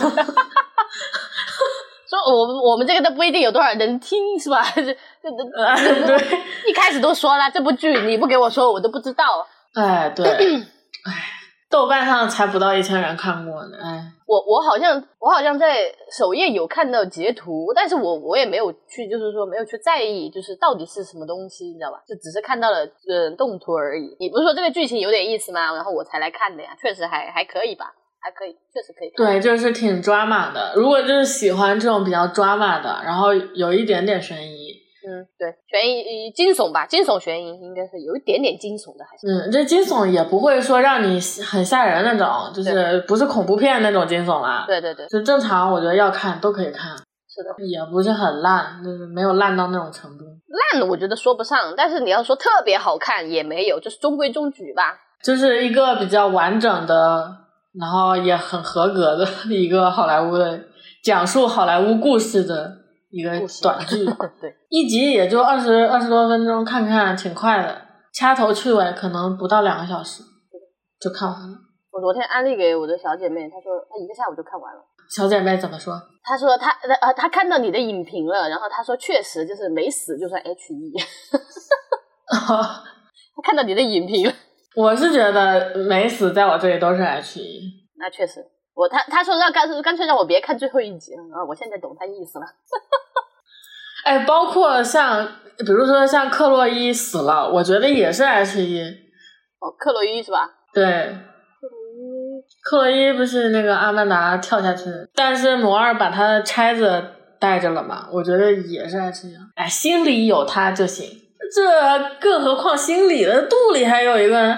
说我们这个都不一定有多少人听，是吧？对，一开始都说了，这部剧你不给我说，我都不知道。 哎，对，豆瓣上才不到1000人看过呢，哎。 我好像在首页有看到截图，但是我也没有去，就是说没有去在意，就是到底是什么东西，你知道吧？就只是看到了动图而已。你不是说这个剧情有点意思吗？然后我才来看的呀，确实还可以吧。还可以，确实可以看。 对，就是挺抓马的。如果就是喜欢这种比较抓马的，然后有一点点悬疑， 对，悬疑惊悚吧，惊悚悬疑应该是有一点点惊悚的，还是这惊悚也不会说让你很吓人那种，就是不是恐怖片那种惊悚啦。 对， 就正常，我觉得要看都可以看。 是的， 也不是很烂，就是没有烂到那种程度。 烂我觉得说不上，但是你要说特别好看也没有，就是中规中矩吧。 就是一个比较完整的。然后也很合格的一个好莱坞的讲述好莱坞故事的一个短剧。 对， 一集也就20多分钟，看看挺快的，掐头去尾可能不到2个小时就看完了。 我昨天安利给我的小姐妹，她说她1个下午就看完了。 小姐妹怎么说？ 她说她看到你的影评了，然后她说确实就是没死就算 HE。她看到你的影评了。 我是觉得没死在我这里都是 HE。 那确实，他说干脆让我别看最后一集啊！我现在懂他意思了。 哎，包括像比如说像克洛伊死了，我觉得也是 HE。 克洛伊是吧？ 对，克洛伊不是那个阿曼达跳下去，但是摩尔把他的钗子带着了嘛，我觉得也是 HE。哎，心里有他就行。这更何况心里的肚里还有一个人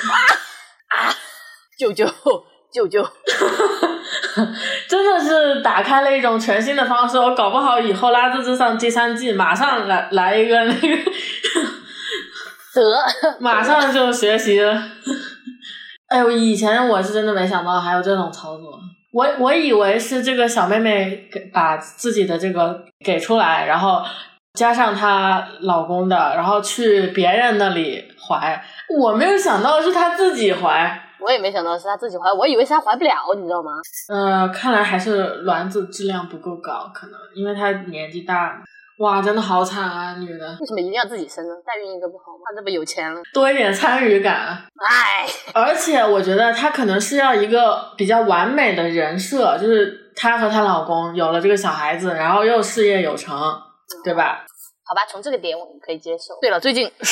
舅舅真的是打开了一种全新的方式。我搞不好以后拉兹之上第3季马上来一个那个马上就学习了。哎，以前我是真的没想到还有这种操作，我以为是这个小妹妹把自己的这个给出来，然后加上她老公的，然后去别人那里怀，我没有想到是她自己怀。 我也没想到是她自己怀，我以为是她怀不了，你知道吗？ 看来还是卵子质量不够高，可能因为她年纪大。哇，真的好惨啊，女的。 为什么一定要自己生呢？代孕一个不好吗？她这么有钱了， 多一点参与感。 哎， 而且我觉得她可能是要一个比较完美的人设，就是她和她老公有了这个小孩子，然后又事业有成，对吧？ 好吧，从这个点我们可以接受。对了，最近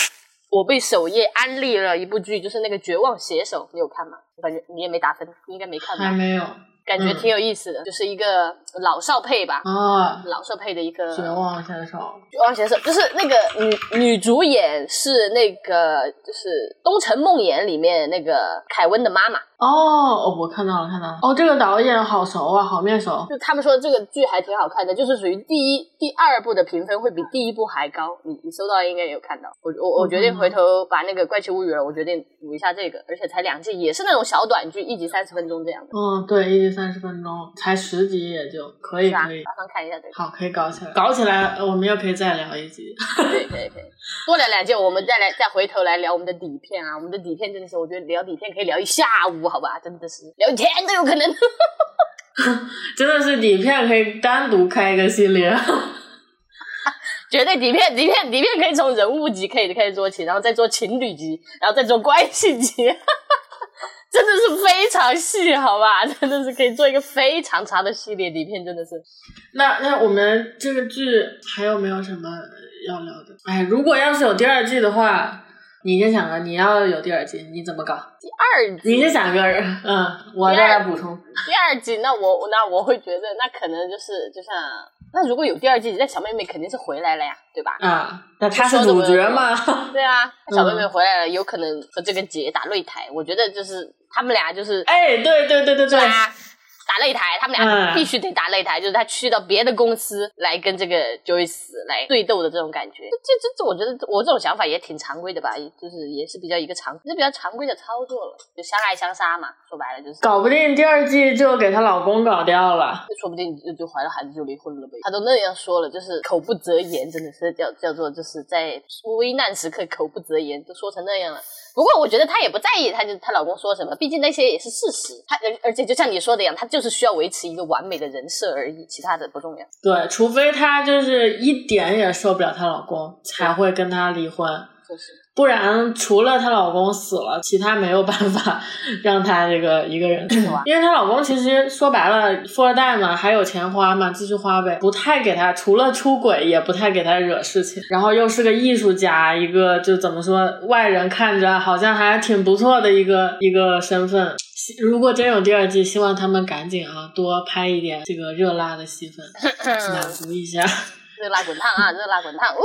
我被首页安利了一部剧，就是那个《绝望写手》，你有看吗？我感觉你也没打分，应该没看吧？ 还没有。 感觉挺有意思的，就是一个老少配吧，老少配的一个绝望写手。 绝望写手就是那个女主演是那个就是《东城梦魇》里面那个凯温的妈妈。 我看到了。这个导演好熟啊，好面熟。 就他们说这个剧还挺好看的，就是属于第二部的评分会比第一部还高。你搜到应该也有看到。我决定回头把那个《怪奇物语》了，我决定补一下这个，而且才2季，也是那种小短剧，1集30分钟这样的。 对，1集30分钟，才10集也就可以。 打算看一下这个。 好，可以搞起来，我们又可以再聊一集。 对，多聊2集，我们再回头来聊我们的底片啊！我们的底片真的是，我觉得聊底片可以聊一下午，好吧？真的是聊一天都有可能。 真的是底片可以单独开一个系列。 绝对底片可以从人物集开始做起，然后再做情侣集，然后再做关系集。真的是非常细，好吧？真的是可以做一个非常长的系列，底片真的是。那我们这个剧还有没有什么要聊的？如果要是有第2季的话，你先想个，你要有第2季，你怎么搞？ 第2季， 你先想个，我再来补充。 第2季，那我会觉得，那可能就是就像。那如果有第2季，那小妹妹肯定是回来了呀，对吧？ 那她是主角嘛？ 对啊，小妹妹回来了，有可能和这个姐打擂台。我觉得就是他们俩就是， 对啊，打擂台，他们俩必须得打擂台，就是他去到别的公司来跟这个 Joyce 来对斗的这种感觉。这，我觉得我这种想法也挺常规的吧，就是也是比较常规的操作了，就相爱相杀嘛。说白了就是， 搞不定第2季就给她老公搞掉了， 说不定就怀了孩子就离婚了呗。她都那样说了，就是口不择言，真的是叫做就是在危难时刻口不择言，都说成那样了。不过我觉得她也不在意她老公说什么，毕竟那些也是事实。而且就像你说的一样，她就是需要维持一个完美的人设而已，其他的不重要。 对，除非她就是一点也受不了她老公，才会跟她离婚。不然除了她老公死了，其他没有办法让她这个一个人。因为她老公其实说白了，富二代嘛，还有钱花嘛，继续花呗，不太给她，除了出轨也不太给她惹事情。然后又是个艺术家，一个就怎么说，外人看着好像还挺不错的一个身份。如果真有第2季，希望他们赶紧多拍一点这个热辣的戏份，满足一下。 热辣滚烫啊，热辣滚烫！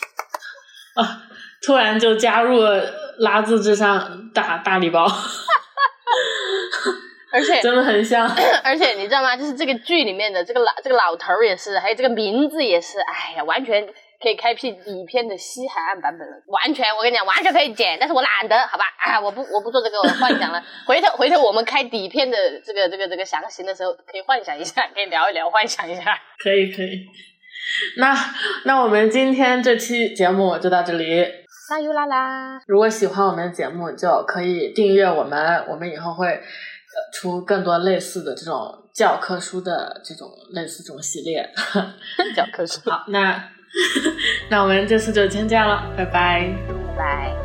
突然就加入了拉字之上大礼包。 而且真的很像。 而且你知道吗，就是这个剧里面的这个老头也是，还有这个名字也是，哎呀，完全可以开辟底片的西海岸版本了。完全，我跟你讲，完全可以剪，但是我懒得，好吧？我不做这个幻想了。回头我们开底片的这个详情的时候，可以幻想一下，可以聊一聊，幻想一下。 可以。那我们今天这期节目就到这里。 加油啦啦！ 如果喜欢我们的节目，就可以订阅我们以后会出更多类似的这种教科书的这种类似这种系列。 教科书。 好，那我们这次就先这样了，拜拜。 拜拜。